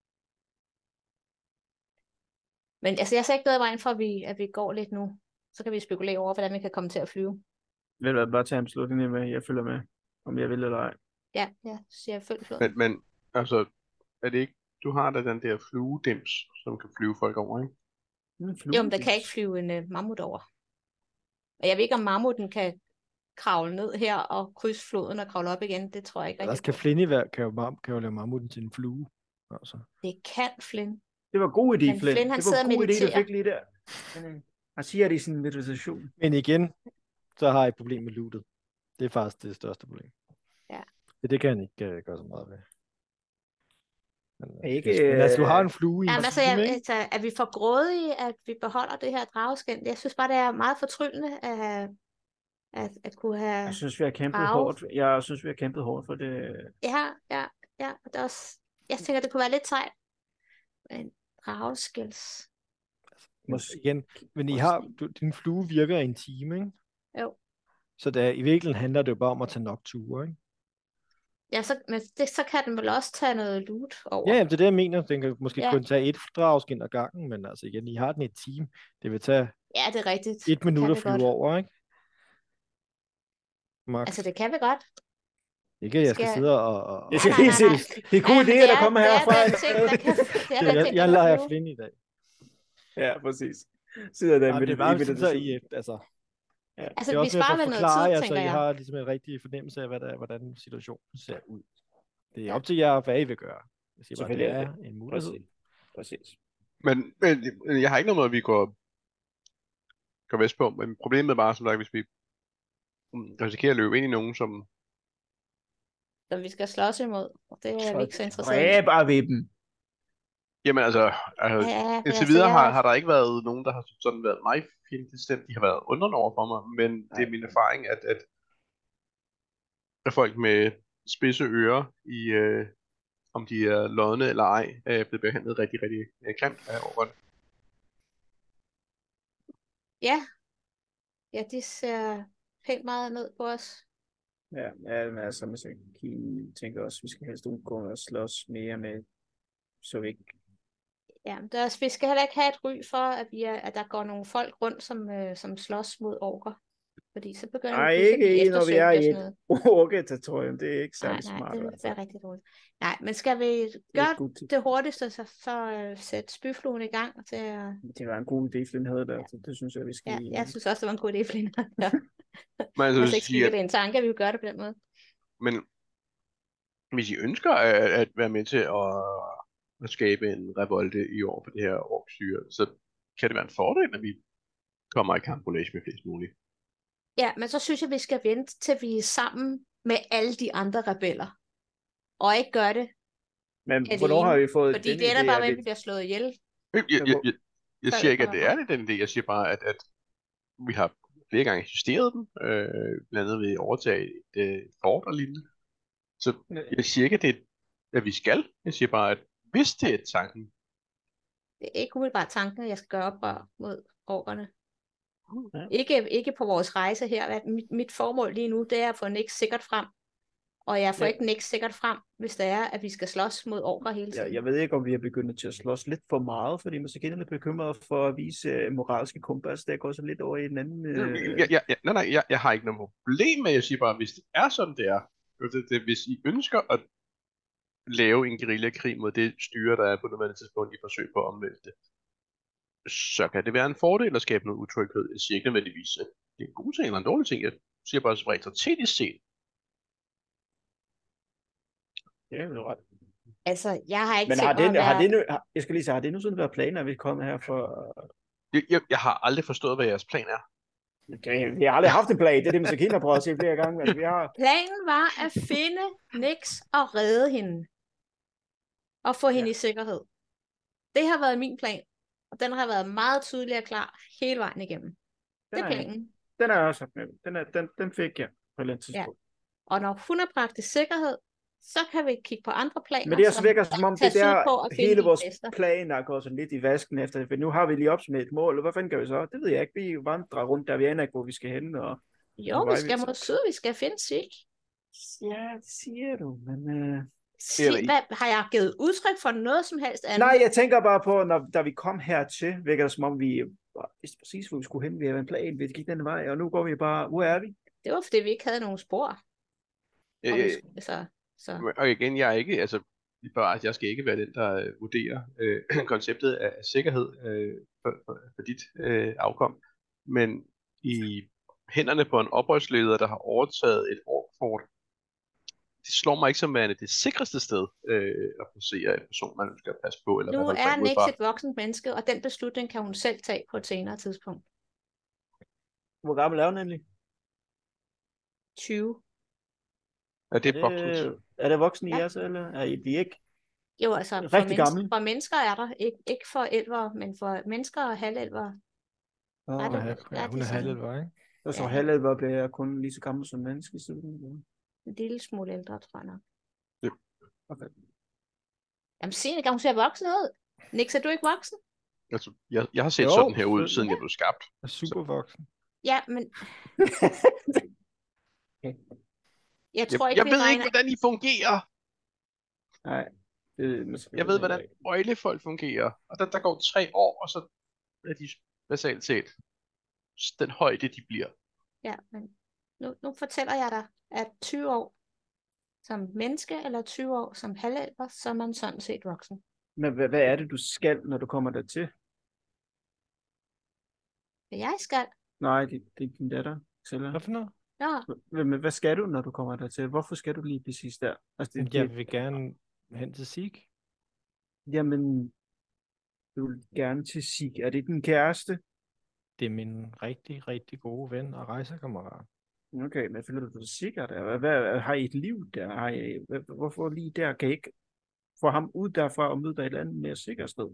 S2: Men altså, jeg ser ikke noget i vejen for, at vi går lidt nu. Så kan vi spekulere over, hvordan vi kan komme til at flyve.
S5: Vil du bare tage en beslutning med, jeg følger med, om jeg vil eller ej?
S2: Ja, så jeg følger floden.
S4: Men altså, er det ikke, du har da den der fluedims, som kan flyve folk over, ikke?
S2: Jo, men der kan ikke flyve en mammut over. Og jeg ved ikke, om mammuten kan kravle ned her og krydse floden og kravle op igen. Det tror jeg ikke rigtig.
S3: Ellers kan Flinny kan jo lave mammuten til en flue. Altså.
S2: Det kan Flynn.
S5: Det var god idé,
S2: Men
S5: Flynn.
S2: Flynn, han
S5: Det
S2: sidder
S5: var
S2: og
S5: god idé, du
S2: mediterer.
S5: fik lige der. Han siger det i sin meditation.
S3: Men igen, så har jeg et problem med lootet. Det er faktisk det største problem.
S2: Ja.
S3: Det kan han ikke gøre så meget ved. Men,
S5: Ikke,
S3: men altså, du har en flue i en
S2: Jamen,
S3: time, ikke?
S2: altså, er vi for grådige, at vi beholder det her drageskin? Jeg synes bare, det er meget fortryllende at kunne have
S5: Jeg synes, vi har kæmpet
S2: drage.
S5: hårdt. Jeg synes, vi har kæmpet hårdt for det.
S2: Ja. Og det er også, jeg tænker, det kunne være lidt sejt. En drageskils.
S3: Igen, men din flue virker i en time, ikke?
S2: Jo.
S3: Så i virkeligheden handler det jo bare om at tage nok ture, ikke?
S2: Ja, så kan den vel også tage noget loot over.
S3: Ja, det er det, jeg mener. Den kan måske
S2: Ja.
S3: kun tage et drageskin ad gangen, men altså igen, I har den i et team. Det vil tage
S2: Ja, det er rigtigt.
S3: 1 minut
S2: kan
S3: at
S2: vi
S3: flyve
S2: godt.
S3: over, ikke? Max.
S2: Altså, det kan vi godt.
S3: Ikke, at jeg skal sidde og...
S5: Jeg skal
S2: Nej.
S5: lige se. Det er gode idéer, der kommer herfra.
S2: Det er den ting, der kan... Det er den ting,
S3: Jeg
S2: der
S3: leger
S2: kan
S3: Flynn i dag.
S5: Ja, præcis. Sidder der med
S3: Det er bare
S5: det.
S3: sådan, så I, altså,
S5: Ja.
S3: det
S2: Altså,
S3: er
S2: vi
S3: også mere for
S2: sparer
S3: at
S2: vel noget
S3: forklare
S2: tid,
S3: jer, så
S2: tænker
S3: I
S2: jeg.
S3: har ligesom en rigtig fornemmelse af, hvordan situationen ser ud. Det er op til jer, hvad I vil gøre. Jeg siger bare, det er en mulighed.
S5: Præcis.
S4: Men jeg har ikke noget med, at vi går vest på, men problemet er bare, som sagt, hvis vi risikerer at løbe ind i nogen, som...
S2: Som vi skal slås imod. Og det er vi ikke så interesseret i.
S5: Bare ved dem.
S4: Jamen altså,
S2: Ja,
S4: indtil videre har der ikke været nogen, der har sådan været mig fjendtligt stemt. De har været undrende over for mig, men det er min erfaring, at folk med spidse ører, om de er lodne eller ej, er blevet behandlet rigtig, rigtig grimt af overgående.
S2: Ja, de ser pænt meget ned på os.
S5: Ja, men altså, jeg tænker også, at vi skal helst undgå at slås mere med, så vi ikke...
S2: Ja, vi skal heller ikke have et ry for, at der går nogle folk rundt, som slås mod orker. Fordi så begynder
S5: Nej,
S2: vi pludselig at blive
S5: ikke når vi er
S2: eftersøgt og
S5: i
S2: sådan
S5: et
S2: noget.
S5: orketerritorium. Det er ikke særlig smart.
S2: Nej, det
S5: altså.
S2: er rigtig dårligt. Nej, men skal vi gøre det hurtigste, så sætte spyfluen i gang til at...
S5: Det var en god idé, Flynn havde der. Så det synes jeg, vi skal...
S2: Ja, jeg synes også, det var en god idé, Flynn. Ja.
S4: Men altså,
S2: Hvis ikke skikker det en tanke, at vi vil gøre det på den måde.
S4: Men hvis I ønsker at være med til at skabe en revolte i år for det her orkstyre, så kan det være en fordel, at vi kommer i kampolage med flest muligt.
S2: Ja, men så synes jeg, vi skal vente til vi er sammen med alle de andre rebeller. Og ikke gøre det
S5: Men
S2: alene,
S5: hvornår har vi fået
S2: fordi
S5: den
S2: det er der
S5: idé,
S2: bare
S5: at
S2: med,
S5: vi-
S2: at vi bliver slået ihjel.
S4: Jeg siger ikke, at det er den idé. Jeg siger bare, at vi har flere gange justeret den, blandt andet ved at overtage et fort og lignende. Så jeg siger ikke, at vi skal. Jeg siger bare, at hvis det er tanken.
S2: Det er ikke umiddelbart tanken, at jeg skal gøre oprør mod orkerne.
S5: Ja.
S2: Ikke på vores rejse her. Mit formål lige nu, det er at få Nix sikkert frem. Og jeg får ikke Nix sikkert frem, hvis det er, at vi skal slås mod orker hele tiden.
S5: Jeg ved ikke, om vi er begyndt til at slås lidt for meget, fordi man så er lidt bekymret for at vise moralske kompas, der går så lidt over i den anden...
S4: Jeg har ikke noget problem med, jeg siger bare, hvis det er sådan, det er. Hvis I ønsker at lave en guerillakrig mod det styre, der er på nuværende tidspunkt i forsøg på at omvælde det, så kan det være en fordel at skabe noget utryghed. Jeg siger ikke nødvendigvis, at det er en god ting eller en dårlig ting. Jeg siger bare, at strategisk set.
S5: Ja, det er ret.
S2: Altså, jeg har ikke
S5: Men har det nu sådan været planer, at vi kommer her for...
S4: Jeg har aldrig forstået, hvad jeres plan er.
S5: Okay, vi har aldrig haft en plan, det er det, man så kender prøvet at se flere gange. Altså, vi har...
S2: Planen var at finde Nix og redde hende. Og få hende i sikkerhed. Det har været min plan. Og den har været meget tydelig og klar hele vejen igennem. Det er planen.
S5: Den er jeg også med. Den fik jeg på et eller andet tidspunkt.
S2: Ja. Og når hun har bragt i sikkerhed, så kan vi kigge på andre planer.
S5: Men det er så virker som om, det der hele vores
S2: plan
S5: plan er gået sådan lidt i vasken efter det. For nu har vi lige opsummeret et mål, og hvad fanden gør vi så? Det ved jeg ikke. Vi vandrer rundt der, vi aner ikke, hvor vi skal hen. Og
S2: jo, vi skal mod syd, vi skal finde Sig.
S5: Ja, det siger du, men...
S2: Har jeg givet udtryk for noget som helst andet?
S5: Nej, jeg tænker bare på, da vi kom hertil, virker det som om, vi vidste præcis, hvor vi skulle hen. Vi havde en plan, vi gik den vej, og nu går vi bare... Hvor er vi?
S2: Det var, fordi vi ikke havde nogen spor.
S4: Og igen, jeg er ikke, altså, jeg skal ikke være den, der vurderer konceptet af sikkerhed for dit afkom. Men i hænderne på en oprørsleder, der har overtaget et orkfort, det slår mig ikke som værende det sikreste sted at placere en person, man ønsker at passe på, eller
S2: Nu
S4: hvad
S2: er
S4: holde
S2: Nix
S4: fra.
S2: et voksent menneske, og den beslutning kan hun selv tage på et senere tidspunkt.
S5: Hvor gammel er hun nemlig?
S2: 20.
S4: Er det voksent?
S5: Er det voksen i
S2: Ja.
S5: jeres, eller er I de ikke
S2: Jo, altså
S5: rigtig gamle?
S2: for mennesker er der, ikke for elver, men for mennesker og halvelver.
S5: Åh,
S2: Er
S3: Hun
S2: det-
S3: er,
S2: det
S3: hun er
S2: sådan?
S3: halvelver, ikke?
S5: og så
S2: Ja.
S5: halvelver bliver kun lige så gammel som menneske. Så...
S2: En lille smule ældre, tror jeg nok.
S5: Okay.
S2: Jamen, Signe, hun ser voksen ud. Nix, er du ikke voksen?
S4: Altså, jeg har set
S3: Jo,
S4: sådan her ud,
S3: selvfølgelig.
S4: siden jeg blev skabt.
S3: Er super voksen.
S2: Ja, men jeg tror
S4: Jeg
S2: ikke, vi
S4: ved ikke,
S2: regner...
S4: hvordan I fungerer.
S5: Nej. Det, måske
S4: Jeg ved, hvordan øjlefolk fungerer. Og der går 3 år, og så er de basalt set den højde, de bliver.
S2: Ja, men nu fortæller jeg dig, at 20 år som menneske, eller 20 år som halvelver, så er man sådan set voksen.
S5: Men hvad er det, du skal, når du kommer dertil?
S2: Hvad jeg skal?
S5: Nej, det er din datter, Xella.
S3: Hvad for noget?
S2: Nå,
S5: Men hvad skal du, når du kommer dertil? Hvorfor skal du lige præcis der? Altså,
S3: Jeg vil gerne hen til Sig.
S5: Jamen, du vil gerne til Sig. Er det din kæreste?
S3: Det er min rigtig, rigtig gode ven og rejsekammerat.
S5: Okay, men føler du dig sikker der? Hvad, har I et liv der? Hvorfor lige der? Kan I ikke få ham ud derfra og møde dig et eller andet mere sikkert sted?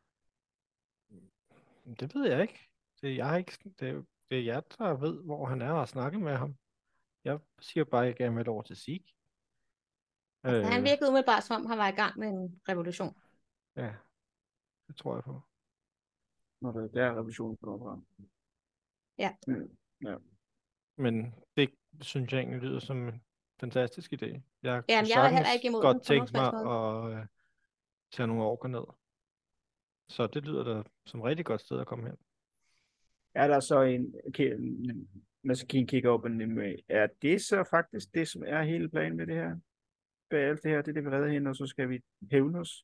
S3: Det ved jeg ikke. Det er jeg, der ved, hvor han er og snakke med ham. Jeg siger bare, at jeg gerne vil over til Sig.
S2: han virkede umiddelbart, som om han var i gang med en revolution.
S3: Ja, det tror jeg på.
S5: Når det er der revolutionen kommer fra.
S2: Ja.
S5: Ja.
S3: Men det synes jeg egentlig lyder som en fantastisk idé. Jeg
S2: Jamen,
S3: kunne
S2: jeg er
S3: sagtens
S2: heller ikke imod den
S3: godt
S2: på nogen
S3: tænke
S2: som
S3: mig
S2: helst
S3: at tage nogle orker ned. Så det lyder da som et rigtig godt sted at komme hen.
S5: Er der så Masakin kigger op og nemlig, er det så faktisk det, som er hele planen med det her? Bag alt det her, det er det, vi redder hende, og så skal vi hævne os?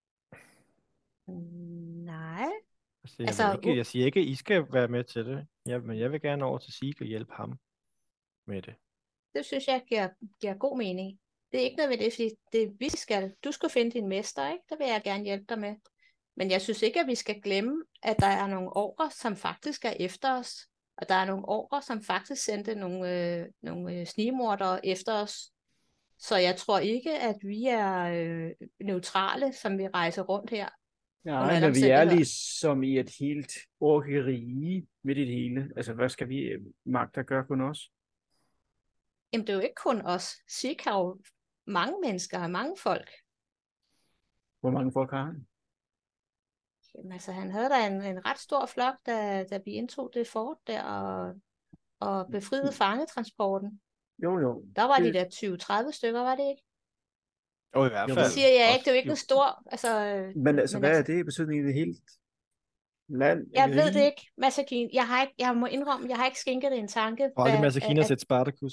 S2: Nej.
S3: Jeg siger ikke, at I skal være med til det, men jeg vil gerne over til Sig og hjælpe ham med det.
S2: Det synes jeg giver god mening. Det er ikke nødvendigvis det, vi skal. Du skal finde din mester, ikke? Det vil jeg gerne hjælpe dig med. Men jeg synes ikke, at vi skal glemme, at der er nogle orker, som faktisk er efter os. Og der er nogle orker, som faktisk sendte nogle snigmordere efter os. Så jeg tror ikke, at vi er neutrale, som vi rejser rundt her.
S5: Nej, men vi er ligesom i et helt orkerige midt i det hele. Altså, hvad skal vi magte at gøre kun os?
S2: Jamen, det er jo ikke kun os. Sig har jo mange mennesker og mange folk.
S5: Hvor mange folk har han?
S2: Jamen, altså, han havde da en ret stor flok, da vi indtog det fort der og befriede fangetransporten.
S5: Jo.
S2: Der var de der 20-30 stykker, var det ikke?
S3: Og i hvert fald.
S2: Det siger jeg ikke, det er jo ikke en stor...
S5: Men hvad er det i betydning i det hele land?
S2: Jeg ved det ikke, Masakin. Jeg må indrømme, jeg har ikke skænket det en tanke.
S3: Og det Masakin har set Spartacus.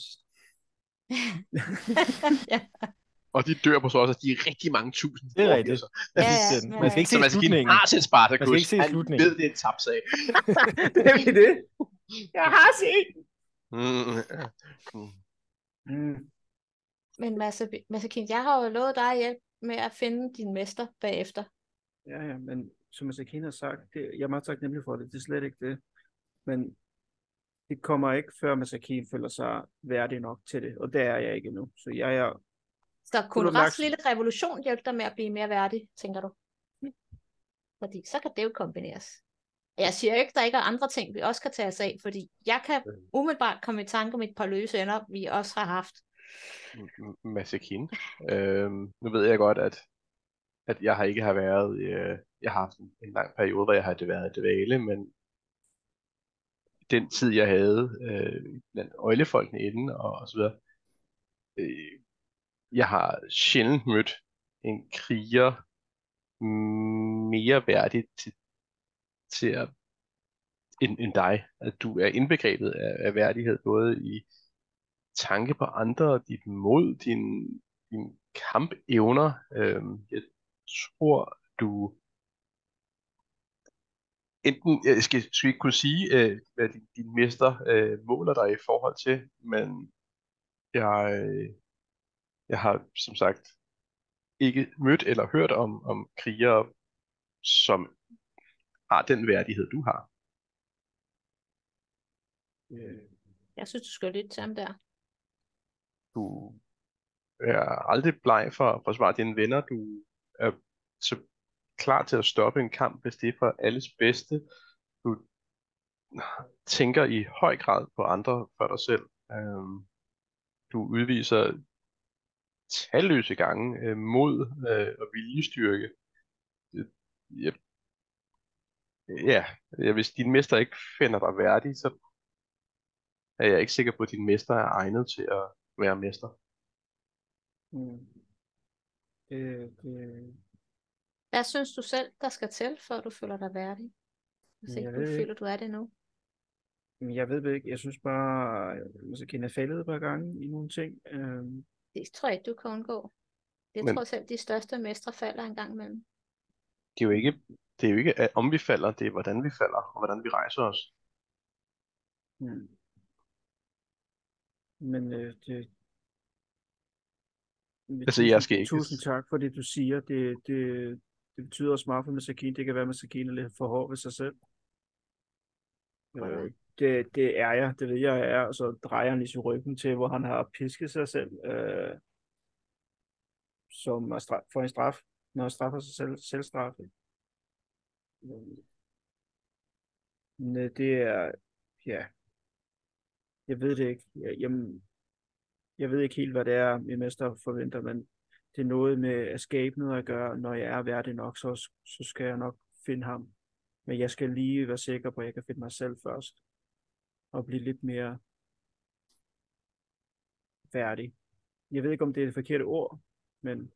S2: Ja.
S4: Og de dør på så også, at de er rigtig mange tusind.
S3: Det er rigtigt.
S2: Ja.
S3: Man skal ikke se slutningen.
S4: har set Spartacus.
S3: Man skal ikke se
S4: Han
S3: slutningen.
S4: ved, det er en tabsag.
S5: Det er det. Jeg har set.
S2: Men Masakin, jeg har jo lovet dig hjælp med at finde din mester bagefter.
S5: Ja, men som Masakin har sagt, jeg er meget taknemmelig for det. Det er slet ikke det. Men det kommer ikke, før Masakin føler sig værdig nok til det. Og det er jeg ikke endnu. Så jeg er...
S2: Så kunne en ret lille revolution hjælpe dig med at blive mere værdig, tænker du? Fordi så kan det jo kombineres. Jeg siger ikke, at der ikke er andre ting, vi også kan tage os af, fordi jeg kan umiddelbart komme i tanke om et par løse ender, vi også har haft.
S4: Masakin. Nu ved jeg godt, at jeg ikke har været... jeg har haft en lang periode, hvor jeg har været i dvale, men den tid, jeg havde blandt øjlefolkene inde og så videre, jeg har sjældent mødt en kriger mere værdig til at, end dig. At du er indbegrebet af værdighed, både i tanke på andre, dit mod, din kampevner. Jeg tror, du enten, jeg skal ikke kunne sige, hvad din mester måler dig i forhold til, men jeg Jeg har som sagt ikke mødt eller hørt om krigere, som har den værdighed, du har.
S2: Jeg synes, du skal lytte til ham der.
S4: Du er aldrig bleg for at forsvare dine venner. Du er så klar til at stoppe en kamp, hvis det er for alles bedste. Du tænker i høj grad på andre for dig selv. Du udviser talløse gange mod og viljestyrke. Hvis din mester ikke finder dig værdig, så er jeg ikke sikker på, at din mester er egnet til at være mester.
S2: Hvad synes du selv, der skal til, før du føler dig værdig? Hvis ikke du føler, du er det nu.
S5: Jeg ved det ikke. Jeg synes bare, at er faldet et par gange i nogle ting.
S2: Det tror jeg ikke, du kan undgå. Jeg tror selv, de største mestre falder en gang imellem.
S4: Det er jo ikke, om vi falder, det er, hvordan vi falder, og hvordan vi rejser os.
S5: Men
S4: altså, jeg skal ikke...
S5: Tusind tak for det, du siger. Det betyder også meget for Masakine. Det kan være, at Masakine er lidt for hård ved sig selv. Det er jeg. Det ved jeg er. Og så drejer han lige ryggen til, hvor han har pisket sig selv. Som for en straf. Når han straffer sig selvstraffe. Men det er... Ja. Jeg ved det ikke. Jeg ved ikke helt, hvad det er, min mester forventer, men det er noget med at skabe noget at gøre. Når jeg er værdig nok, så skal jeg nok finde ham. Men jeg skal lige være sikker på, at jeg kan finde mig selv først. Og blive lidt mere værdig. Jeg ved ikke, om det er det forkerte ord, men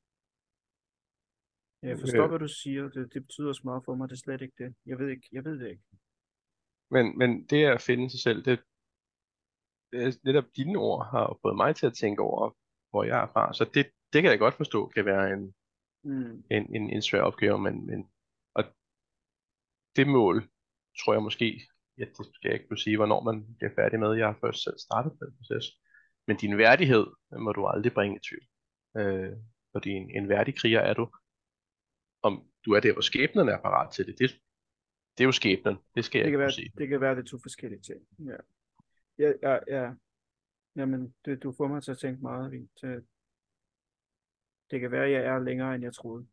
S5: jeg forstår, hvad du siger. Det betyder så meget for mig. Det er slet ikke det. Jeg ved det ikke.
S4: Men det at finde sig selv, det netop dine ord har fået mig til at tænke over, hvor jeg er fra. Så det kan jeg godt forstå, kan være en svær opgave, men og det mål, tror jeg måske, det skal jeg ikke kunne sige, hvornår man bliver færdig med. Jeg har først selv startet den proces. Men din værdighed må du aldrig bringe i tvivl. Fordi en værdig kriger er du. Om du er der, hvor skæbnen er parat til det, det er jo skæbnen. Det skal jeg ikke kunne sige.
S5: Det kan være, det er to forskellige ting. Ja. Ja. Jamen, du får mig til at tænke meget vildt. Det kan være, at jeg er længere, end jeg troede.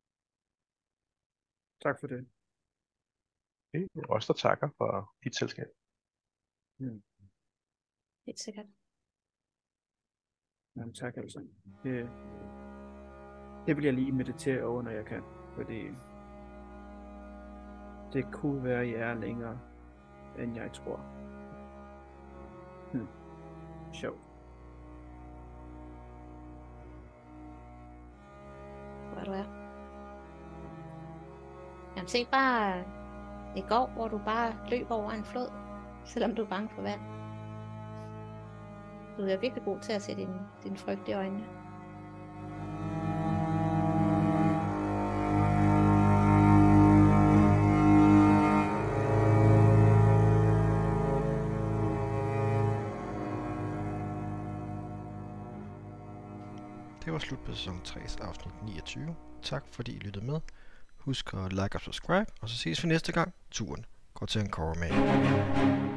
S5: Tak for det.
S4: Det er også der takker for dit selskab.
S2: Helt sikkert.
S5: Jamen, tak altså. Det vil jeg lige meditere over, når jeg kan. Fordi det kunne være, at jeg er længere, end jeg tror. Sjovt.
S2: Hvor du er. Jamen tænk bare i går, hvor du bare løb over en flod, selvom du er bange for vand. Du er virkelig god til at se din frygt i øjnene.
S6: Det var slut på sæson 3's afsnit 29. Tak fordi I lyttede med. Husk at like og subscribe, og så ses vi næste gang. Turen går til Ankara med.